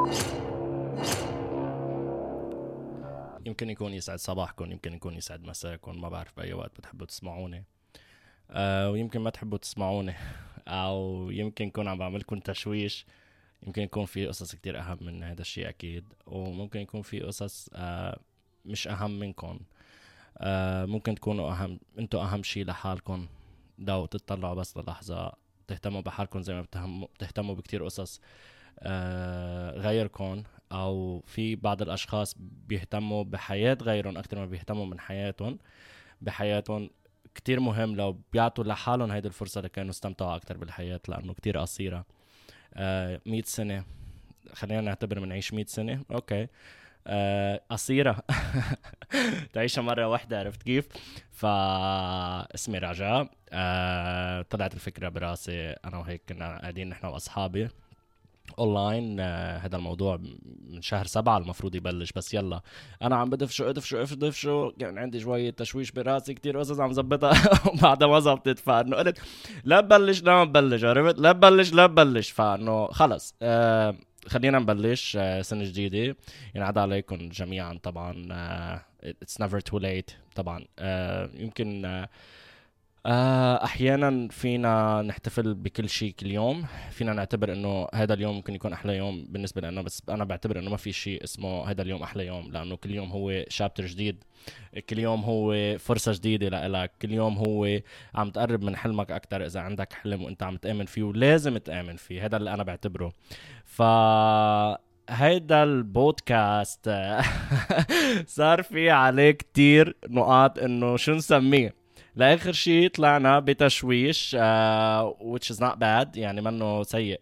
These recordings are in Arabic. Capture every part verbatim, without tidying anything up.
يمكن يكون يسعد صباحكم، يمكن يكون يسعد مساءكم، ما بعرف بأي وقت بتحبوا تسمعوني. أه ويمكن ما تحبوا تسمعوني أو يمكن يكون عم بعملكم تشويش. يمكن يكون في قصص كتير أهم من هذا الشيء أكيد، وممكن يكون في قصص أه مش أهم منكم. أه ممكن تكونوا أهم، أنتوا أهم شيء لحالكم. لو تطلعوا بس للحظة تهتموا بحالكم زي ما بتهموا بتهتموا بكتير قصص أه غيركم، او في بعض الاشخاص بيهتموا بحياة غيرهم اكتر ما بيهتموا من حياتهم بحياتهم. كتير مهم لو بيعطوا لحالهم هيدي الفرصة لكانوا يستمتعوا اكتر بالحياة، لانه كتير قصيرة. آه مية سنة، خلينا نعتبر منعيش مية سنة، اوكي. آه قصيرة تعيشها مرة واحدة، عرفت كيف؟ فاسمي رجاء. آه طلعت الفكرة براسي انا وهيك، كنا قاعدين نحن واصحابي اونلاين. آه هذا الموضوع من شهر سبعة المفروض يبلش، بس يلا انا عم بدفشو ادفشو ادفشو كان عندي شوية تشويش براسي، كتير قصص عم زبطها وبعدها ما زبطت، فانه قلت لا ببلش لا ببلش، عرفت؟ لا ببلش لا ببلش، فانه خلص آه خلينا نبلش. آه سنة جديدة ينعاد عليكم جميعا طبعا. آه it's never too late طبعا. آه يمكن آه آه، احيانا فينا نحتفل بكل شيء كل يوم، فينا نعتبر انه هذا اليوم ممكن يكون احلى يوم بالنسبه لنا، بس انا بعتبر انه ما في شيء اسمه هذا اليوم احلى يوم، لانه كل يوم هو شابتر جديد، كل يوم هو فرصه جديده لإلك، كل يوم هو عم تقرب من حلمك اكثر اذا عندك حلم وانت عم تآمن فيه، ولازم تآمن فيه. هذا اللي انا بعتبره. ف هيدا البودكاست صار في عليه كتير نقاط انه شو نسميه. لاخر شيء طلعنا بتشويش uh, which is not bad، يعني منه سيء.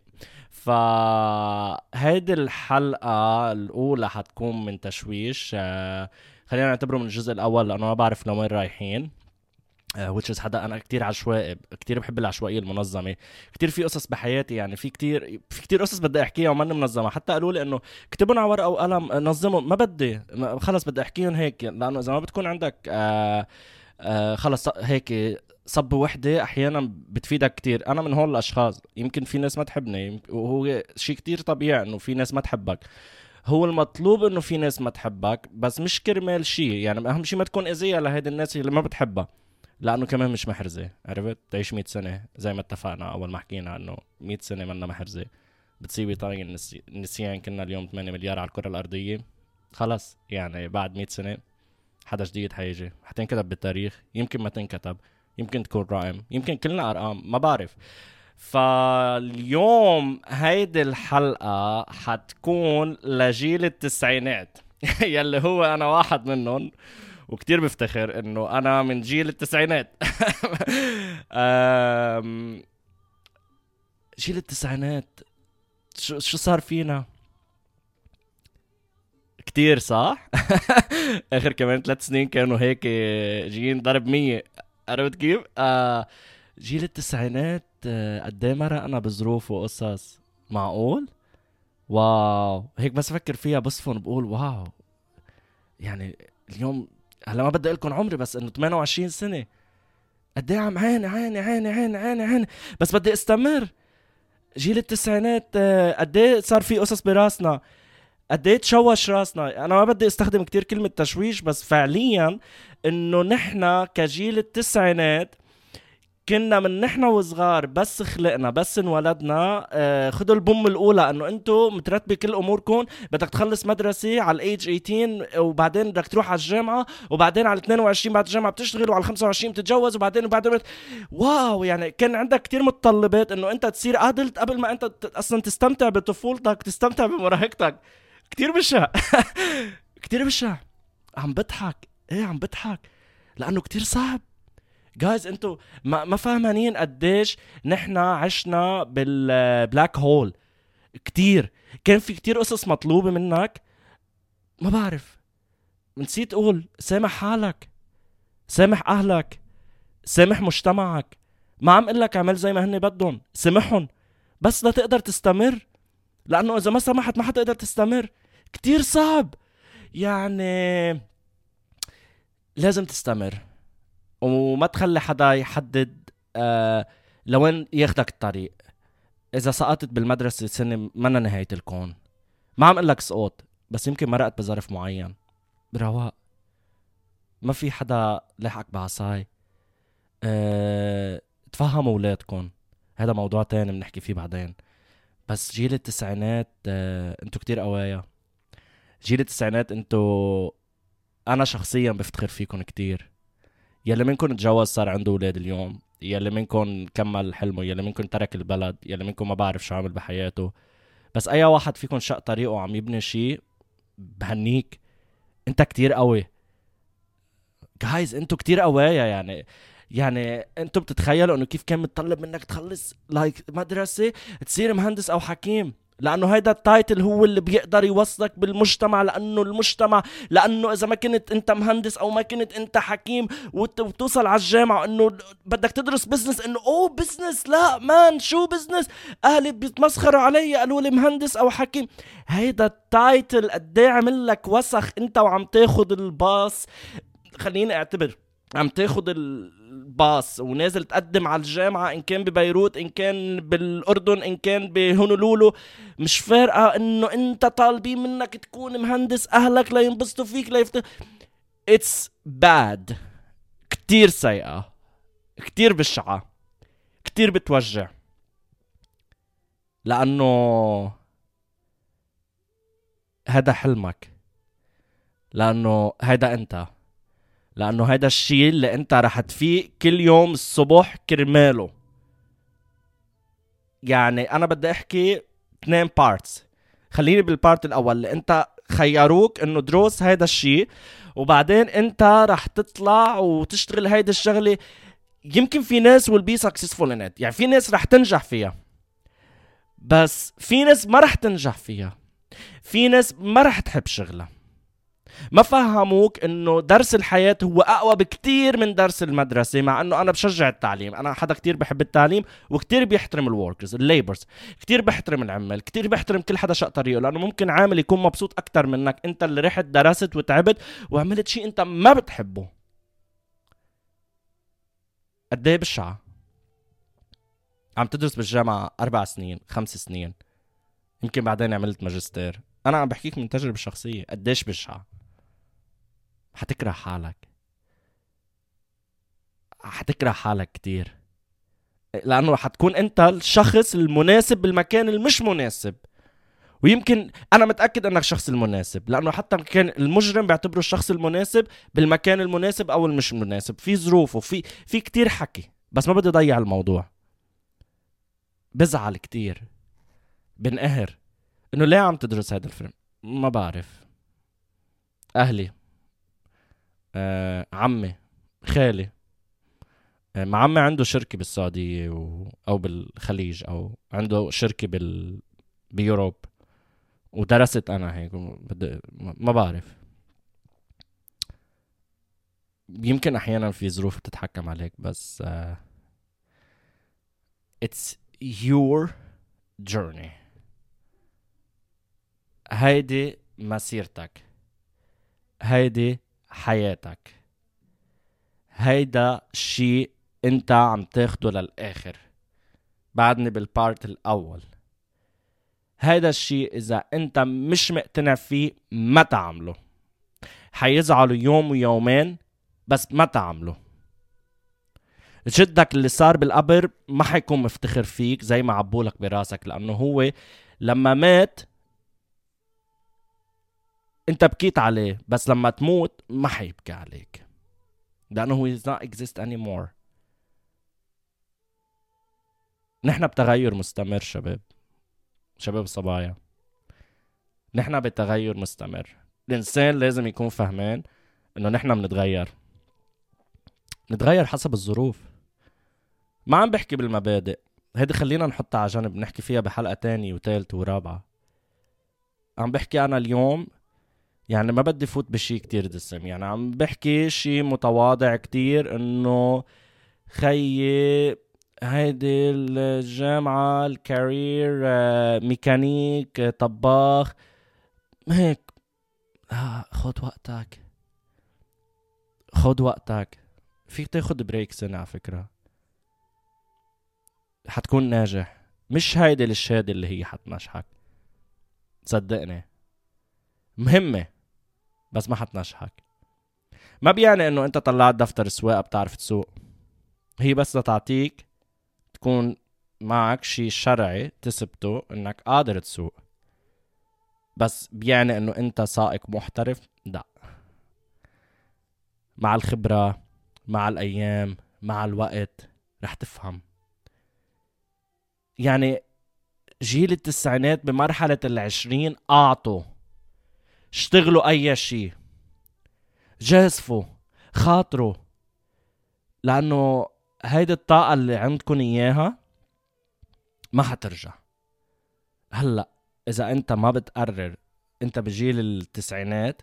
فهيدي الحلقة الأولى حتكون من تشويش. uh, خلينا نعتبره من الجزء الأول، لأنه ما بعرف لوين رايحين. Uh, which is حدا أنا كتير عشوائي، كتير بحب العشوائية المنظمة. كتير في قصص بحياتي، يعني في كتير في كتير قصص بدي أحكيها وماني منظمة. حتى قالوا لي إنه كتبون على ورقة وقلم نظموا، ما بدي، خلص بدي أحكيهم هيك، لأنه إذا ما بتكون عندك uh, آه خلص هيك صب وحدة أحيانا بتفيدك كتير. أنا من هول الأشخاص، يمكن في ناس ما تحبني وهو شيء كتير طبيعي إنه في ناس ما تحبك. هو المطلوب إنه في ناس ما تحبك، بس مش كرمال شيء، يعني أهم شيء ما تكون إذية لهيدي الناس اللي ما بتحبها، لأنه كمان مش محرزة. عرفت؟ تعيش مية سنة زي ما اتفقنا أول ما حكينا إنه مية سنة منا محرزة، بتصيبي طريق النسي... النسيان. كنا اليوم ثمانية مليار على الكرة الأرضية، خلص يعني بعد مية سنة حدا جديد حيجي، حتنكتب بالتاريخ، يمكن ما تنكتب، يمكن تكون رقم، يمكن كلنا أرقام، ما بعرف. فاليوم هيدي الحلقة حتكون لجيل التسعينات يلي هو أنا واحد منهم، وكتير بفتخر إنه أنا من جيل التسعينات. جيل التسعينات شو شو صار فينا كتير، صح؟ اخر كمان ثلاث سنين كانوا هيك جايين ضرب مية، عرفت كيف؟ آه جيل التسعينات آه قد ايه مرقنا بظروف وقصص، معقول؟ واو، هيك بس افكر فيها بصفن بقول واو. يعني اليوم هلا ما بدي لكم عمري، بس انه ثمانية وعشرين سنة قد ايه عم عيني عيني عيني عيني عيني عيني، بس بدي استمر. جيل التسعينات آه قد ايه صار في قصص براسنا، قد ايه تشوش راسنا. انا ما بدي استخدم كتير كلمة تشويش، بس فعليا انه نحنا كجيل التسعينات كنا من نحنا وصغار بس خلقنا بس انولدنا آه خدوا البوم الاولى انه انتو مترتبة كل اموركم، بدك تخلص مدرسة على الايج ثمانية عشر، وبعدين بدك تروح على الجامعة، وبعدين على اثنين وعشرين بعد الجامعة بتشتغل، وعلى خمسة وعشرين بتتجوز، وبعدين وبعدين بت... واو. يعني كان عندك كتير متطلبات انه انت تصير ادلت قبل ما انت اصلا تستمتع بطفولتك، تستمتع بمراهقتك. كتير بشع كتير بشع. عم بضحك، ايه عم بضحك لانه كتير صعب. جايز انتو ما, ما فاهمانين قديش نحنا عشنا بالبلاك هول. كتير كان في كتير قصص مطلوبة منك، ما بعرف، نسيت اقول سامح حالك، سامح اهلك، سامح مجتمعك. ما عم قلك عمل زي ما هني بدهم، سامحهم بس لا تقدر تستمر، لانه اذا ما سمحت ما حتقدر تستمر. كتير صعب، يعني لازم تستمر وما تخلي حدا يحدد آه لوين ياخدك الطريق. اذا سقطت بالمدرسة سنة منا نهاية الكون، ما عم قلك سقوط، بس يمكن مرقت بظرف معين برواق، ما في حدا لحقك بعصاي. أه... تفهموا اولادكم، هذا موضوع تاني بنحكي فيه بعدين. بس جيل التسعينات أه... انتو كتير قوايا. جيل التسعينات انتو، انا شخصيا بفتخر فيكم كتير. يلي منكم اتجوز صار عنده اولاد اليوم، يلي منكم كمل حلمه، يلي منكم ترك البلد، يلي منكم ما بعرف شو عمل بحياته. بس اي واحد فيكم شق طريقه وعم يبني شيء، بهنيك. انت كتير قوي جايز، انتو كتير قوايا. يعني يعني انتو بتتخيلوا انه كيف كان متطلب منك تخلص لايك مدرسة تصير مهندس او حكيم، لانه هيدا التايتل هو اللي بيقدر يوصلك بالمجتمع. لانه المجتمع، لانه اذا ما كنت انت مهندس او ما كنت انت حكيم وت- وتوصل على الجامعة انه بدك تدرس بزنس، انه اوه بزنس، لا مان شو بزنس، اهلي بيتمسخروا علي قالوا لي مهندس او حكيم. هيدا التايتل قد ايه عمل لك وسخ انت وعم تاخد الباص. خليني اعتبر عم تاخد الباص ونازل تقدم على الجامعة، ان كان ببيروت، ان كان بالاردن، ان كان بهونولولو، مش فارقة انه انت طالبين منك تكون مهندس، اهلك لا ينبسطوا فيك لا يفت... It's bad. كتير سيئة، كتير بشعة، كتير بتوجع. لانه هذا حلمك، لانه هيدا انت، لانه هيدا الشيء اللي انت رح تفيق كل يوم الصبح كرماله. يعني انا بدي احكي اثنين بارتس. خليني بالبارت الاول اللي انت خيروك انه دروس هيدا الشيء، وبعدين انت رح تطلع وتشتغل هيدا الشغلة. يمكن في ناس will be successful in it، يعني في ناس رح تنجح فيها، بس في ناس ما رح تنجح فيها. في ناس ما رح تحب شغلها. ما فهموك انه درس الحياة هو اقوى بكتير من درس المدرسة. مع انه انا بشجع التعليم، انا حدا كتير بحب التعليم وكتير بيحترم الوركرز الليبرز، كتير بحترم العمال، كتير بحترم كل حدا شق طريقه. لانه ممكن عامل يكون مبسوط اكتر منك، انت اللي رحت درست وتعبت وعملت شيء انت ما بتحبه. قديه بشعة عم تدرس بالجامعة اربع سنين خمس سنين، يمكن بعدين عملت ماجستير. انا عم بحكيك من تجربة شخصية، قديش بشعة. حتكره حالك، حتكره حالك كتير، لانه حتكون انت الشخص المناسب بالمكان المش مناسب. ويمكن انا متاكد انك شخص المناسب، لانه حتى كان المجرم بيعتبره الشخص المناسب بالمكان المناسب او المش مناسب. في ظروف وفي في كتير حكي، بس ما بدي اضيع الموضوع. بزعل كتير، بنقهر انه ليه عم تدرس هذا الفيلم. ما بعرف، اهلي، آه، عمي، خالي. آه، مع عمي عنده شركة بالسعودية و... او بالخليج، او عنده شركة بال بيوروب، ودرست انا هيك بدي... ما بعرف. يمكن احيانا في ظروف بتتحكم عليك، بس uh, it's your journey. هيدي مسيرتك، هيدي حياتك، هيدا شيء انت عم تاخده للاخر. بعدني بالبارت الاول. هيدا الشيء اذا انت مش مقتنع فيه ما تعمله. حيزعلوا يوم ويومين، بس ما تعمله. جدك اللي صار بالقبر ما حيكون مفتخر فيك زي ما عبولك براسك، لانه هو لما مات انت بكيت عليه، بس لما تموت ما حيبكي عليك، لانه هو does not exist anymore. نحن بتغير مستمر شباب، شباب صبايا، نحن بتغير مستمر. الانسان لازم يكون فهمان انه نحن بنتغير، نتغير حسب الظروف. ما عم بحكي بالمبادئ، هيدي خلينا نحطها على جنب، نحكي فيها بحلقة تانية وثالثة ورابعة. عم بحكي انا اليوم، يعني ما بدي فوت بشي كتير دسم، يعني عم بحكي شي متواضع كتير، انه خيي هيدي الجامعة، الكارير، ميكانيك، طباخ، هيك. آه خد وقتك، خد وقتك. فيك تاخد بريك سنة على فكرة، حتكون ناجح. مش هيدي الشهادة اللي هي حتنجحك، صدقني مهمة بس ما حتنجحك. ما بيعني انه انت طلعت دفتر السواقة بتعرف تسوق، هي بس لتعطيك تكون معك شي شرعي تثبته انك قادر تسوق. بس بيعني انه انت سائق محترف؟ لا. مع الخبرة، مع الايام، مع الوقت رح تفهم. يعني جيل التسعينات بمرحلة العشرين اعطوا، اشتغلوا اي شي، جازفوا، خاطروا، لانه هيدي الطاقة اللي عندكم اياها ما حترجع. هلأ اذا انت ما بتقرر، انت بجيل التسعينات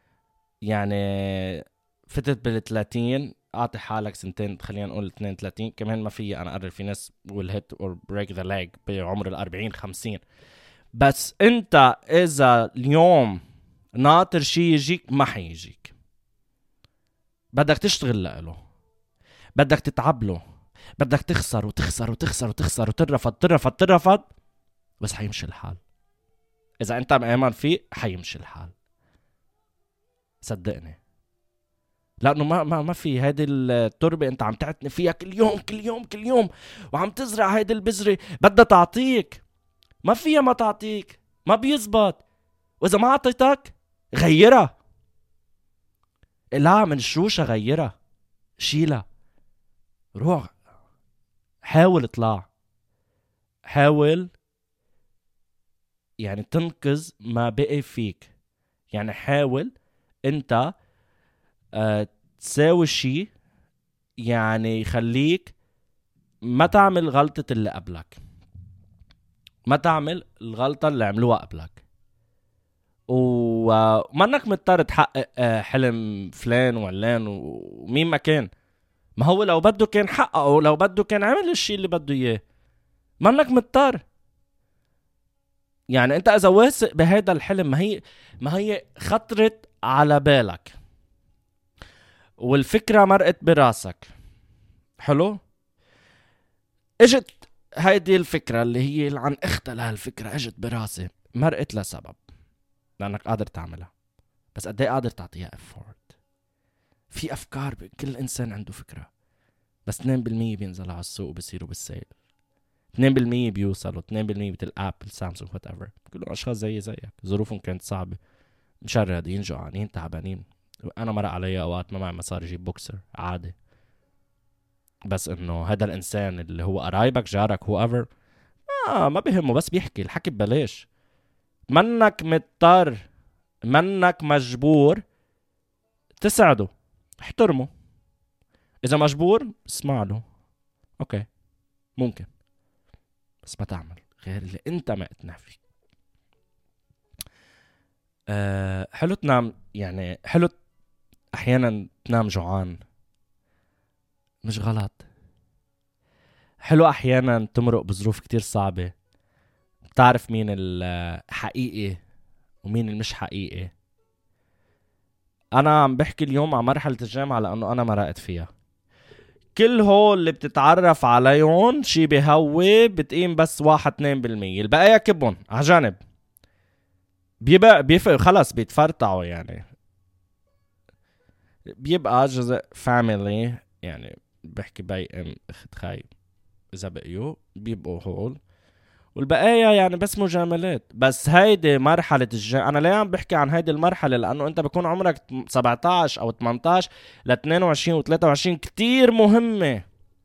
يعني فتت بالثلاثين، اعطي حالك سنتين، خلينا نقول اثنين وثلاثين كمان ما في انا اقرر، في ناس will hit or break the leg بعمر الاربعين خمسين. بس انت اذا اليوم ناطر شي يجيك ما حيجيك، بدك تشتغل له، بدك تتعب له، بدك تخسر وتخسر وتخسر وتخسر وترفض ترفض ترفض، بس حيمشي الحال. اذا انت مآمن فيه حيمشي الحال، صدقني. لانه ما ما ما في هيدي التربه انت عم تعتني فيها كل يوم كل يوم كل يوم، وعم تزرع هيدي البذره بدها تعطيك، ما فيها ما تعطيك، ما بيزبط. واذا ما اعطيتك غيرها، لا من الشوشه غيرها، شيلها، روح حاول اطلع، حاول يعني تنقذ ما بقي فيك. يعني حاول انت أه تساوي شي يعني يخليك ما تعمل غلطة اللي قبلك، ما تعمل الغلطة اللي عملوها قبلك، وما انك مضطر تحقق حلم فلان وعلان ومين ما كان. ما هو لو بده كان حققه، لو بده كان عمل الشي اللي بده اياه، ما انك مضطر. يعني انت اذا واثق بهذا الحلم، ما هي ما هي خطرت على بالك والفكرة مرقت براسك، حلو، اجت هيدي الفكرة اللي هي اللي عن اختها لهالفكرة، اجت براسي مرقت لسبب، لانك قادر تعملها. بس قد ايه قادر تعطيها effort؟ في افكار، كل انسان عنده فكرة، بس اثنين بالمية بينزلوا على السوق وبيصيروا بالسيل، اثنين بالمية بيوصلوا، اثنين بالمية مثل ابل سامسونج وات ايفر، كلهم اشخاص زي زيك ظروفهم كانت صعبة، مشردين جوعانين تعبانين. انا مرق علي اوقات ما معي مصاري اجيب بوكسر عادي، بس انه هذا الانسان اللي هو قرايبك جارك هو ايفر آه ما بيهمه، بس بيحكي الحكي ببلاش، منك مضطر، منك مجبور تساعده، احترمه. اذا مجبور اسمع له، اوكي ممكن، بس ما تعمل غير اللي انت ما اتنح فيك. أه حلو تنام، يعني حلو احيانا تنام جوعان، مش غلط. حلو احيانا تمرق بظروف كتير صعبة، بتعرف مين الحقيقي ومين المش حقيقي. انا عم بحكي اليوم عن مرحلة الجامعة لانه انا مرقت فيها. كل هول اللي بتتعرف عليهم شي بهوي بتقيم بس واحد اتنين بالمية، البقايا كبهم عجانب بيبقى بيفق خلص بيتفرطعوا، يعني بيبقى جزء فاميلي، يعني بحكي باي ام اخت خاي اذا بقيوا بيبقوا هول، والبقايا يعني بس مجاملات. بس هيدي مرحلة الجامعة، انا ليه عم بحكي عن هيدي المرحلة؟ لانه انت بكون عمرك سبعتاش او تمنتاش ل اثنين وعشرين و ثلاثة وعشرين، كتير مهمة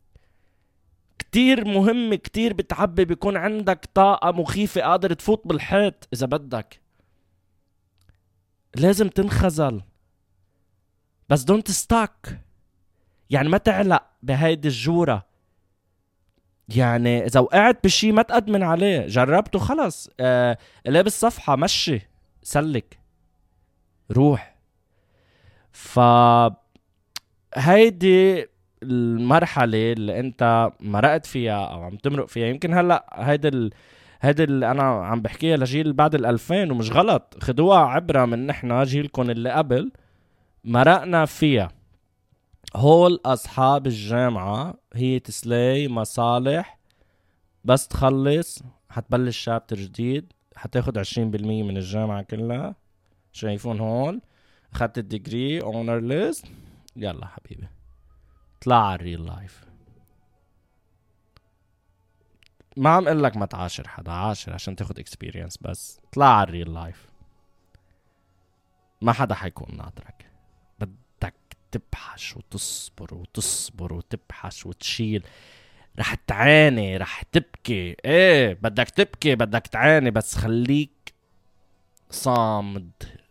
كتير مهمة كتير بتعبي، بيكون عندك طاقة مخيفة قادر تفوت بالحيط اذا بدك. لازم تنخزل بس دونت ستاك، يعني ما تعلق بهيدي الجورة. يعني اذا وقعت بشي ما تقدمن عليه، جربته خلص آه لابس صفحة، مشي سلك روح. ف هيدي المرحلة اللي انت مرقت فيها او عم تمرق فيها. يمكن هلأ هيدي ال... هيدي اللي انا عم بحكيها لجيل بعد الالفين، ومش غلط، خدوها عبرة من نحنا جيلكم اللي قبل مرقنا فيها. هول اصحاب الجامعة هي تسلي مصالح، بس تخلص حتبلش شابتر جديد، حتاخد عشرين بالمية من الجامعة كلها. شايفون هون اخدت الديجري اونر ليست، يلا حبيبي طلع على الريل لايف. ما عم قلك ما تعاشر حدا، عاشر عشان تاخد اكسبيرينس، بس طلع على الريل لايف. ما حدا حيكون ناطرك، بدك تبحش وتصبر وتصبر وتبحش وتشيل. رح تعاني، رح تبكي، ايه بدك تبكي، بدك تعاني، بس خليك صامد.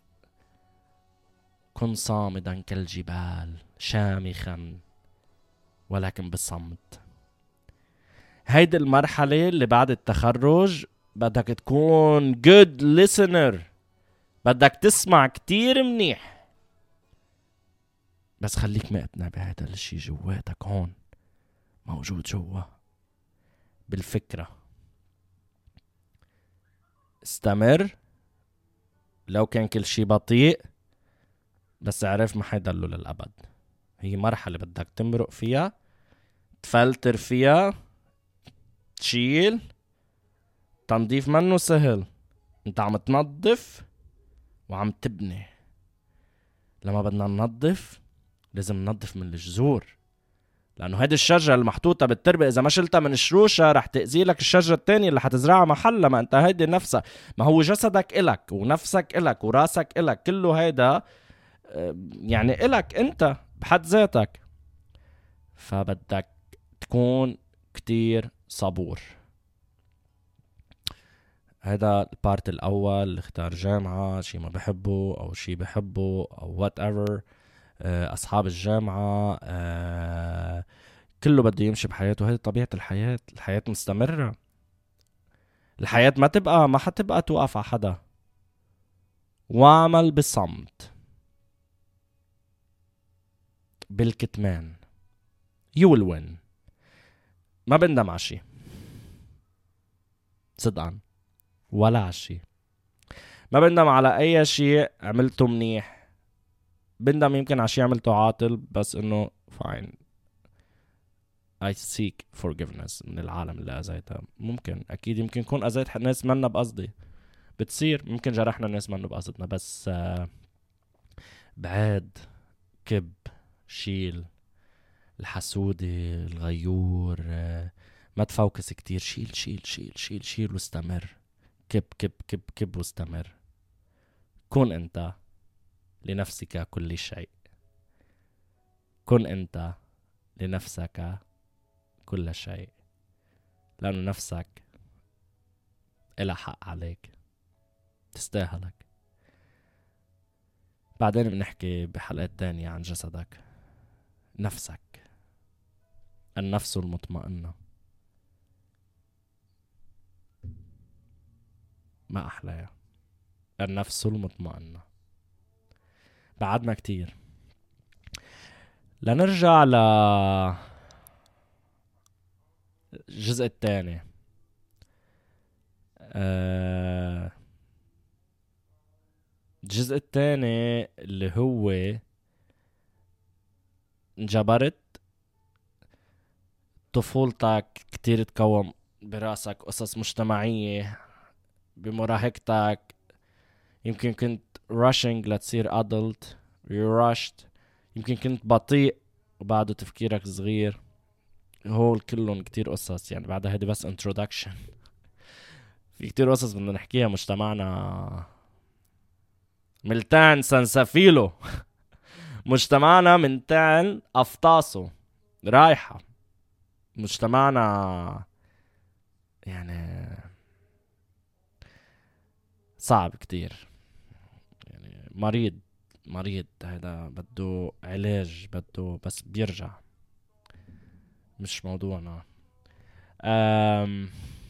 كن صامدا كالجبال شامخا ولكن بصمت. هيدي المرحلة اللي بعد التخرج بدك تكون good listener، بدك تسمع كتير منيح، بس خليك مقتنع بهذا الشي جواتك هون موجود جوا بالفكرة. استمر لو كان كل شي بطيء، بس عرف ما حيضلوا للأبد. هي مرحلة بدك تمرق فيها، تفلتر فيها، تشيل. تنظيف منه سهل، انت عم تنظف وعم تبني. لما بدنا ننظف لازم ننظف من الجذور، لأنه هيدي الشجرة المحطوطة بالتربة إذا ما شلتها من الشروشة رح تأذي لك الشجرة التانية اللي حتزرعها محلها. ما أنت هيدي نفسها، ما هو جسدك إلك ونفسك إلك وراسك إلك، كله هيدا يعني إلك أنت بحد ذاتك. فبدك تكون كتير صبور. هذا البارت الأول، اختار جامعة، شي ما بحبه أو شي بحبه أو whatever. أصحاب الجامعة أه كله بده يمشي بحياته. هذه طبيعة الحياة، الحياة مستمرة. الحياة ما تبقى ما حتبقى توقف على حدا. واعمل بصمت بالكتمان، you will win. ما بندم على شي صدقا، ولا على شي. ما بندم على اي شيء عملته منيح. بندم يمكن على شي عملته عاطل، بس انه fine I seek forgiveness من العالم اللي أذيتها. ممكن أكيد يمكن يكون أذيت ناس منا بقصدي، بتصير. ممكن جرحنا ناس منا بقصدنا، بس آه بعد كب شيل الحسودة الغيور. آه ما تفوكس كتير، شيل شيل شيل شيل شيل واستمر. كب كب كب كب واستمر. كن أنت لنفسك كل شيء. كن أنت لنفسك كل شيء، لأنه نفسك إلها حق عليك، تستاهلك. بعدين بنحكي بحلقات تانية عن جسدك. نفسك، النفس المطمئنة، ما أحلاها النفس المطمئنة. بعدنا كتير. لنرجع للجزء الثاني. أه... الجزء الثاني اللي هو انجبرت طفولتك كتير تكون براسك قصص مجتمعية بمراهقتك. يمكن كنت rushing لتصير adult، rushed. يمكن كنت بطيء وبعده تفكيرك صغير. هول كلهم كتير قصص، يعني بعدها هيدي بس introduction. في كتير قصص بدنا نحكيها. مجتمعنا ملتان سنسفيلو. مجتمعنا ملتان أفطاسه رايحة. مجتمعنا يعني صعب كتير، يعني مريض مريض. هذا بده علاج، بده بس بيرجع، مش موضوعنا. أم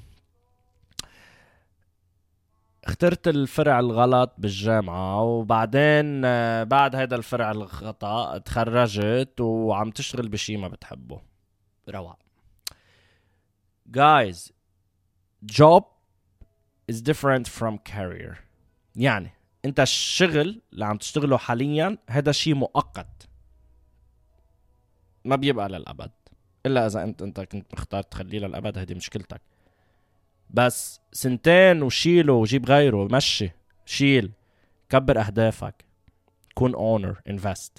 اخترت الفرع الغلط بالجامعة، وبعدين بعد هيدا الفرع الخطأ تخرجت وعم تشتغل بشي ما بتحبه. روعة. Guys, job is different from career. يعني انت الشغل اللي عم تشتغله حاليا هذا شيء مؤقت، ما بيبقى للأبد. إلا إذا أنت أنت كنت مختار تخليه للأبد، هذه مشكلتك. بس سنتين وشيله وجيب غيره، مشي شيل، كبر أهدافك، كون اونر، انفست.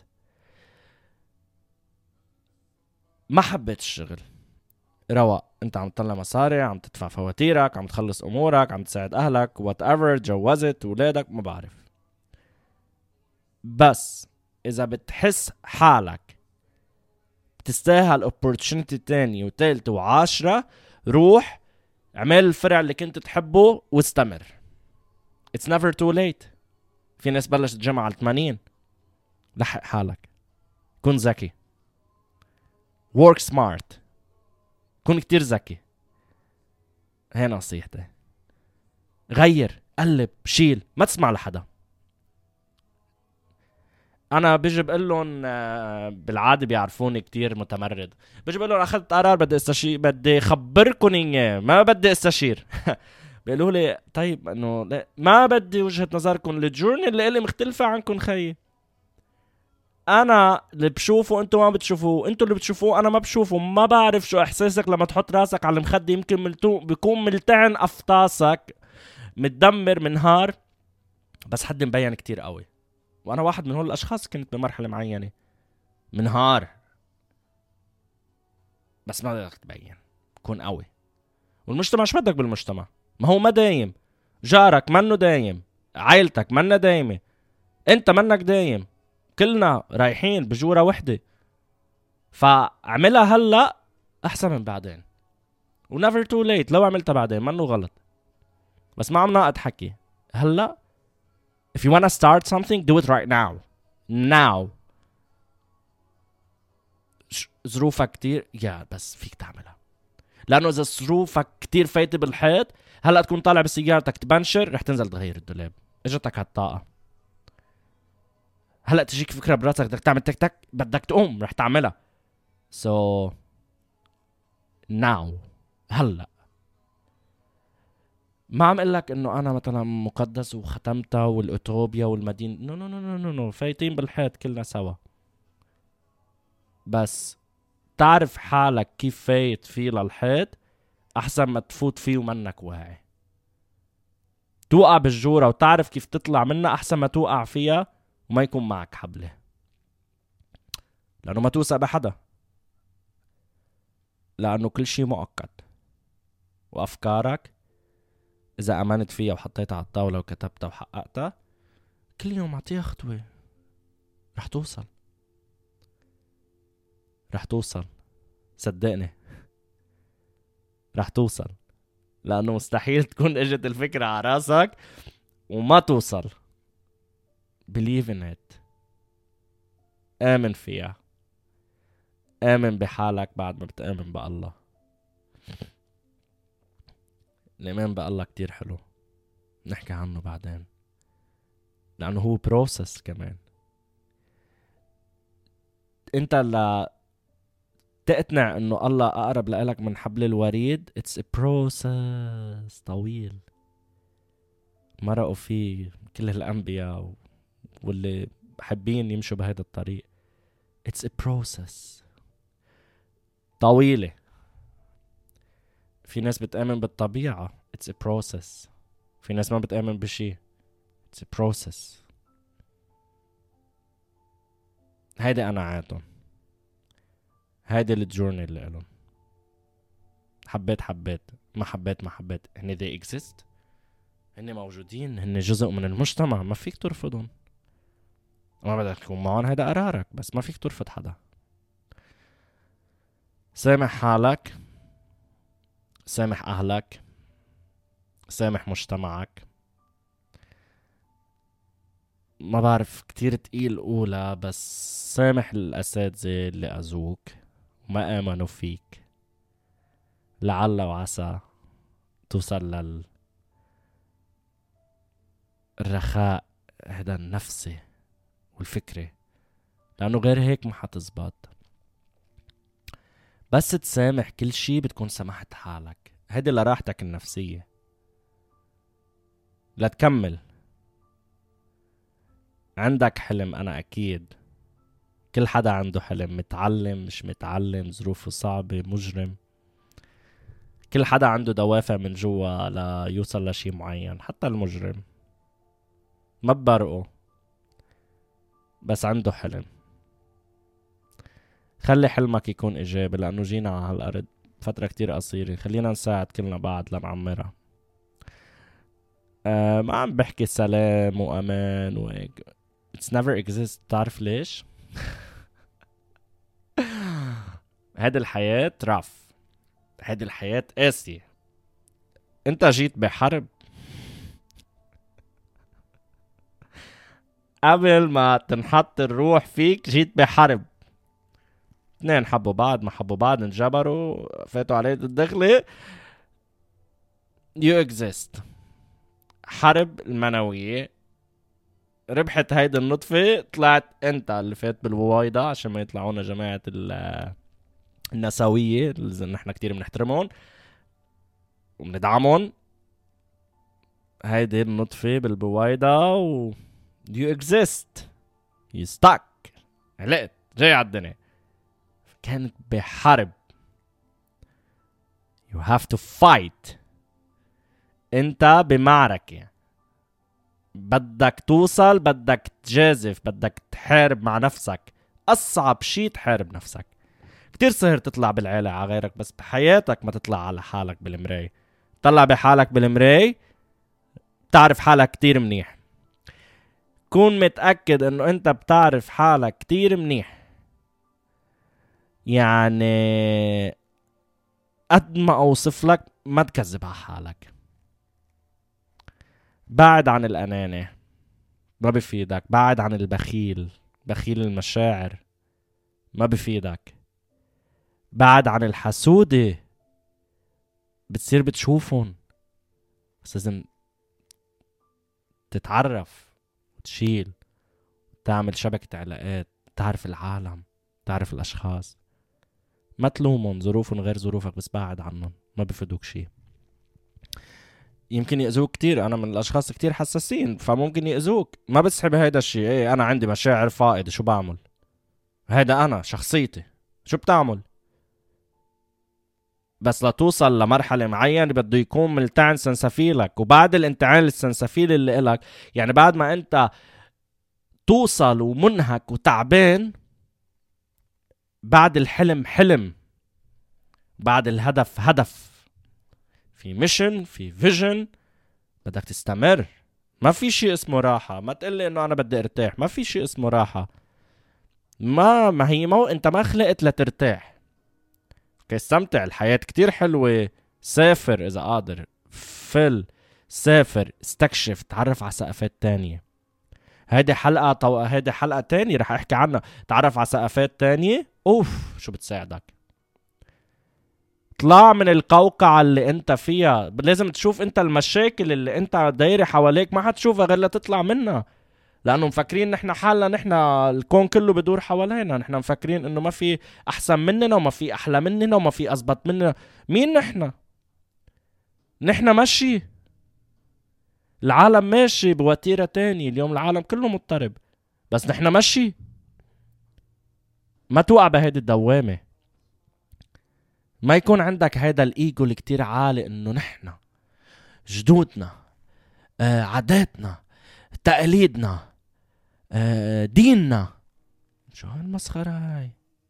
ما حبيت الشغل، روق، انت عم تطلع مصاري، عم تدفع فواتيرك، عم تخلص امورك، عم تساعد اهلك، وات ايفر، جوزت ولادك، ما بعرف. بس اذا بتحس حالك بتستاهل opportunity تاني وتالت وعاشرة، روح اعمل الفرع اللي كنت تحبه واستمر. it's never too late. في ناس بلشت جامعة على ثمانين. لحق حالك، كن ذكي، work smart، كن كتير ذكي. هي نصيحتي. غير، قلب، شيل، ما تسمع لحدا. انا بيجي بقول لهم بالعاده بيعرفوني كتير متمرد، بيجي بقول لهم اخذت قرار بدي استشير، بدي خبركم اياه، ما بدي استشير. بيقولوا لي طيب انه ما بدي وجهه نظركم، الجورني اللي إلي مختلفه عنكم خيي. انا اللي بشوفه انتوا ما بتشوفوه، انتوا اللي بتشوفوه انا ما بشوفه. ما بعرف شو احساسك لما تحط راسك على المخده، يمكن ملتو بيكون ملتعن افطاسك، متدمر، منهار، بس حد مبين كتير قوي. وانا واحد من هول الاشخاص، كنت بمرحله معينه منهار، بس ما بدك تبين، كون قوي. والمجتمع شو بدك بالمجتمع؟ ما هو ما دايم، جارك منه دايم، عائلتك منا دايمه، انت منك دايم، كلنا رايحين بجوره وحده. فاعملها هلا احسن من بعدين، ونيفر تو ليت. لو عملتها بعدين منه غلط، بس ما عم ناقد حكي. هلا if you wanna start something do it right now now. ظروفك كتير يا بس فيك تعملها، لانه اذا ظروفك كتير فايته بالحيط، هلا تكون طالع بسيارتك تبنشر، رح تنزل تغير الدولاب. اجتك هالطاقه. هلا تجيك فكره براسك بدك تعمل تك تك، بدك تقوم رح تعملها. so now، هلا. ما عم قلك انه انا مثلا مقدس وختمتها والاوتوبيا والمدينه، نو نو نو نو نو فايتين بالحيط كلنا سوا. بس تعرف حالك كيف فايت فيه للحيط احسن ما تفوت فيه ومنك واعي. توقع بالجورة وتعرف كيف تطلع منها احسن ما توقع فيها وما يكون معك حبلة، لانه ما توثق بحدا، لانه كل شيء مؤقت. وافكارك اذا امنت فيها وحطيتها على الطاولة وكتبتها وحققتها، كل يوم اعطيها خطوة، رح توصل، رح توصل، صدقني رح توصل. لانه مستحيل تكون اجت الفكرة على راسك وما توصل. believe in it، آمن فيها، آمن بحالك بعد ما بتآمن بالله. الإيمان بالله كتير حلو، نحكي عنه بعدين، لأنه هو بروسس كمان. انت لا تقتنع انه الله اقرب لك من حبل الوريد، it's a process طويل مرقوا فيه كل الانبياء واللي حابين يمشوا بهذا الطريق. it's a process طويلة. في ناس بتآمن بالطبيعة، it's a process. في ناس ما بتآمن بشي، it's a process. هيدي انا عاتم، هيدي الجورني اللي لهم. حبيت حبيت، ما حبيت ما حبيت، هني they exist، هني موجودين، هني جزء من المجتمع، ما فيك ترفضهم. ما بدك تكون معهم، هيدا قرارك، بس ما فيك ترفض حدا. سامح حالك، سامح اهلك، سامح مجتمعك. ما بعرف كتير تقيل اولى، بس سامح الاساتذة اللي اذوك وما امنوا فيك، لعل وعسى توصل لل الرخاء هذا النفسي والفكري، لانه غير هيك ما حتزبط. بس تسامح كل شي بتكون سمحت حالك، هيدي لراحتك النفسية، لا تكمل. عندك حلم، انا اكيد كل حدا عنده حلم، متعلم مش متعلم، ظروفه صعبة، مجرم، كل حدا عنده دوافع من جوا ليوصل لشي معين، حتى المجرم ما ببرقه بس عنده حلم. خلي حلمك يكون إيجابي، لأنه جينا على هالأرض فترة كتير قصيرة، خلينا نساعد كلنا بعض لنعمرها. أه ما عم بحكي سلام وأمان وهيك، it's never exist. تعرف ليش؟ هيدي الحياة رف، هيدي الحياة قاسية. انت جيت بحرب قبل ما تنحط الروح فيك، جيت بحرب. اثنين حبوا بعض، ما حبوا بعض، انجبروا، فاتوا عليه الدخلة. you exist. حرب المنوية، ربحت هيدي النطفة، طلعت انت اللي فات بالبويضة، عشان ما يطلعونا جماعة النسوية اللي نحن كتير بنحترمهم وبندعمهم. هيدي النطفة بالبويضة و you exist. you stuck. علقت جاي على الدنيا، كانت بحرب. you have to fight. انت بمعركة، بدك توصل، بدك تجازف، بدك تحارب مع نفسك. أصعب شي تحارب نفسك. كتير سهل تطلع بالعيلة على غيرك، بس بحياتك ما تطلع على حالك بالمراية. طلع بحالك بالمراية بتعرف حالك كتير منيح. كون متأكد انه انت بتعرف حالك كتير منيح. يعني قد ما اوصف لك ما تكذب على حالك. بعد عن الأنانة، ما بفيدك. بعد عن البخيل، بخيل المشاعر، ما بفيدك. بعد عن الحسودة، بتصير بتشوفهم بس لازم تتعرف وتشيل، تعمل شبكة علاقات، تعرف العالم، تعرف الأشخاص. ما تلومهم، ظروفهم غير ظروفك، بس بعد عنهم، ما بفيدوك شي. يمكن يأذوك كتير. أنا من الأشخاص كتير حساسين، فممكن يأذوك. ما بسحب هيدا الشي. ايه أنا عندي مشاعر فائدة، شو بعمل؟ هيدا أنا شخصيتي، شو بتعمل؟ بس لتوصل لمرحلة معينة بده يكون ملتعن سنسفيلك. وبعد الانتعان السنسفيل اللي إلك، يعني بعد ما أنت توصل ومنهك وتعبان، بعد الحلم حلم، بعد الهدف هدف، في ميشن، في فيجن، بدك تستمر. ما في شيء اسمه راحة. ما تقلي انه انا بدي ارتاح، ما في شيء اسمه راحة. ما ما هي مو انت ما خلقت لترتاح. اوكي استمتع، الحياة كتير حلوة. سافر اذا قادر، فل سافر، استكشف، تعرف على ثقافات تانية. هيدي حلقة طو... هيدي حلقة تانية رح احكي عنها. تعرف على ثقافات تانية، اوف شو بتساعدك. طلع من القوقعة اللي انت فيها. لازم تشوف انت المشاكل اللي انت دايرة حواليك، ما حتشوفها غير لتطلع منها. لانه مفكرين نحن حالنا، نحن الكون كله بدور حوالينا. نحن مفكرين انه ما في احسن مننا، وما في احلى مننا، وما في اضبط مننا. مين نحن؟ نحن ماشي، العالم ماشي بوتيرة تاني. اليوم العالم كله مضطرب، بس نحن ماشي. ما توقع بهيدي الدوامة. ما يكون عندك هيدا الايجو اللي كتير عالي، انه نحن جدودنا، آه عاداتنا، تقاليدنا، آه ديننا. شو هالمسخرة هاي؟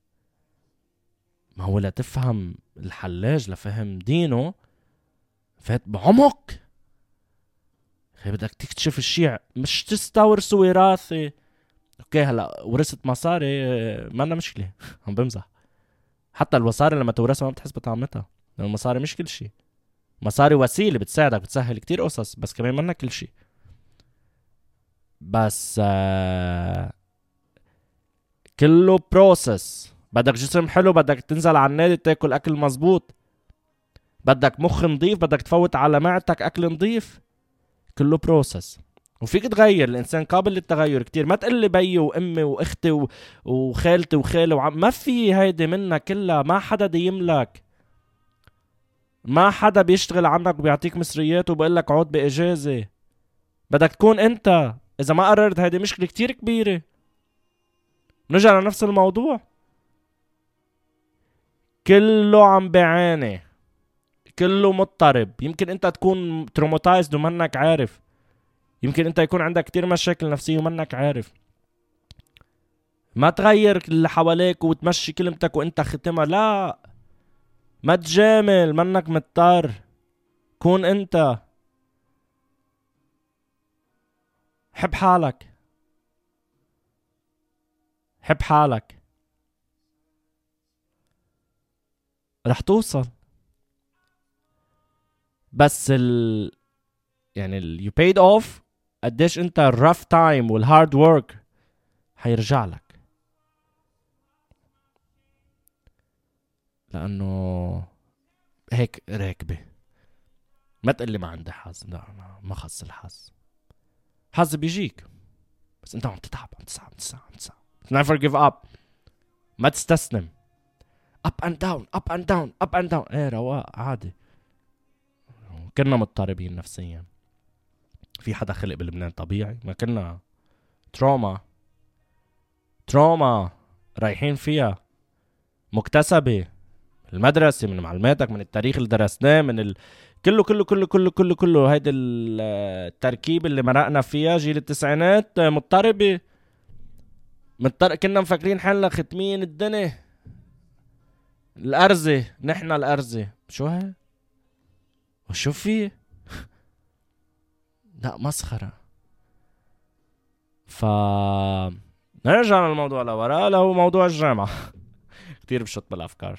ما هو لتفهم الحلاج لفهم دينه فات بعمق. خي بدك تكتشف الشيء، مش تستورس وراثة. اوكي هلا ورثت مصاري، ما لنا مشكلة. هم بمزح. حتى المصاري لما تورثها ما بتحس بطعمتها، لأن المصاري مش كل شيء. مصاري وسيلة بتساعدك، بتسهل كتير قصص، بس كمان منا كل شيء. بس آه كله بروسس. بدك جسم حلو، بدك تنزل على النادي تاكل اكل مزبوط، بدك مخ نظيف، بدك تفوت على معدتك اكل نظيف. كله بروسس. وفيك تغير، الانسان قابل للتغير كتير. ما تقلي بيي وامي واختي و... وخالتي وخالي وعم، ما في هيدي منا كلها. ما حدا دي يملك، ما حدا بيشتغل عنك وبيعطيك مصريات وبقلك عود باجازة. بدك تكون انت. اذا ما قررت هيدي مشكلة كتير كبيرة. نرجع لنفس الموضوع، كله عم بيعاني، كله مضطرب. يمكن انت تكون تروماتايزد ومنك عارف. يمكن انت يكون عندك كتير مشاكل نفسية ومنك عارف. ما تغير اللي حواليك وتمشي كلمتك وانت ختمها. لا، ما تجامل، منك مضطر. كون انت. حب حالك، حب حالك، رح توصل. بس ال يعني ال you paid off. قديش انت الروugh time والهارد work حيرجع لك. لانه هيك راكبة. ما تقلي ما عندي حظ. لا، ما خص الحظ. حظ بيجيك بس انت عم تتعب، عم تسعى، عم تسعى، عم تسعى. never give up. ما تستسلم. up and down up and down up and down. ايه رواق عادي. كنا مضطربين نفسيا. في حدا خلق بلبنان طبيعي؟ ما كنا تروما تروما رايحين فيها مكتسبة. المدرسة، من معلوماتك، من التاريخ اللي درسناه، من ال... كله كله كله كله كله كله هيدا التركيب اللي مرقنا فيها. جيل التسعينات مضطربة. مضطر... كنا مفكرين حالنا ختمين الدنيا. الأرزة، نحنا الأرزة. شو هاي؟ وشو فيه؟ لا، مسخرة. ف نرجع للموضوع لورا، اللي هو موضوع الجامعة. كتير بشط بالأفكار.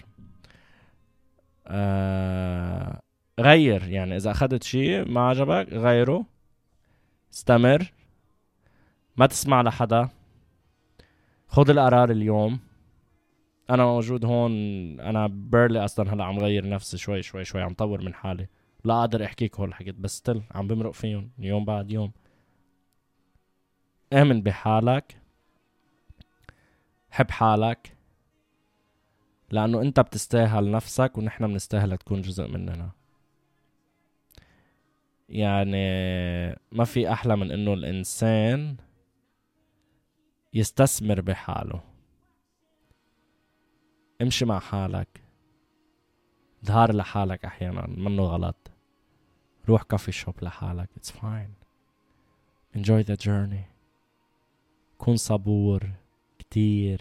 آه... غير، يعني إذا أخذت شيء ما عجبك غيره. استمر. ما تسمع لحدا. خذ القرار اليوم. أنا موجود هون. أنا بيرلي أصلا هلأ عم غير نفسي شوي شوي شوي. عم طور من حالي. لا أقدر أحكيك هول الحكيت بس تل عم بمرق فيهم يوم بعد يوم. آمن بحالك. حب حالك. لأنه أنت بتستاهل نفسك ونحن بنستاهل تكون جزء مننا. يعني ما في أحلى من أنه الإنسان يستثمر بحاله. امشي مع حالك. ظهر لحالك أحيانا منه غلط. روح كافي شوب لحالك. It's fine. Enjoy the journey. كون صبور كتير.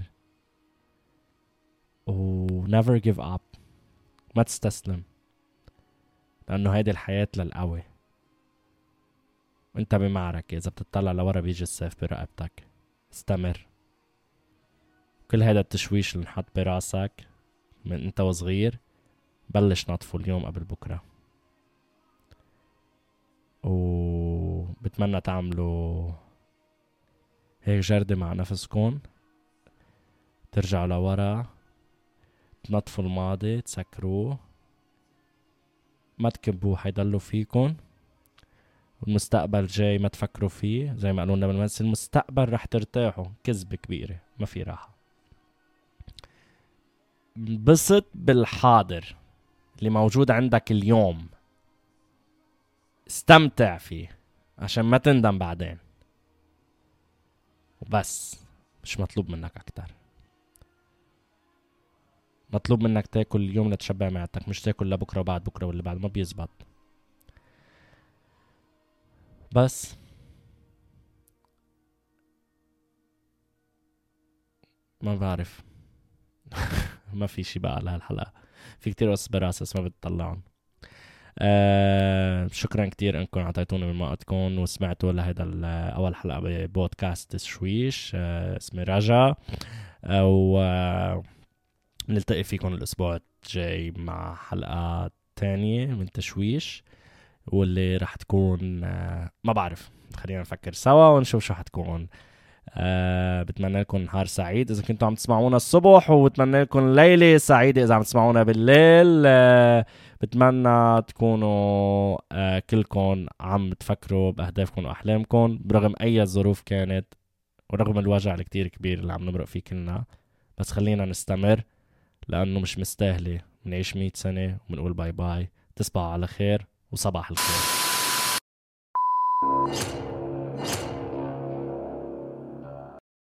و never give up. ما تستسلم. لأنه هيدي الحياة للقوي. وانت بمعركة. إذا بتطلع لورا بيجي السيف برقبتك. استمر. كل هذا التشويش اللي نحط براسك من انت وصغير بلش نطفو اليوم قبل بكرة. وبتمنى تعملوا هيك جردة مع نفسكم. ترجعوا لورا. تنطفوا الماضي. تسكروه. ما تكبوه حيضلوا فيكم. والمستقبل جاي ما تفكروا فيه. زي ما قالوا لنا بالمدرسة المستقبل رح ترتاحوا. كذبة كبيرة. ما في راحة. انبسط بالحاضر اللي موجود عندك اليوم. استمتع فيه عشان ما تندم بعدين. وبس. مش مطلوب منك أكتر. مطلوب منك تاكل اليوم لتشبع معدتك. مش تاكل لبكرة وبعد بكرة واللي بعد. ما بيزبط. بس ما بعرف. ما في شي بقى لهالحلقة. في كتير قصص براسس ما بتطلعون. آه شكرا كتير انكم عطيتوني من وقتكم وسمعتوا لهيدا اول حلقة ببودكاست تشويش. آه اسمي رجا. و آه نلتقي فيكم الاسبوع الجاي مع حلقة تانية من تشويش. واللي راح تكون آه ما بعرف. خلينا نفكر سوا ونشوف شو حتكون. أه بتمنى لكم نهار سعيد إذا كنتوا عم تسمعونا الصبح. وبتمنى لكم ليلة سعيدة إذا عم تسمعونا بالليل. أه بتمنى تكونوا أه كلكم عم تفكروا بأهدافكم وأحلامكم برغم أي ظروف كانت. ورغم الوجع الكتير كبير اللي عم نمرق فيه كلنا. بس خلينا نستمر. لأنه مش مستاهلة نعيش مية سنة ونقول باي باي. تصبحوا على خير وصباح الخير.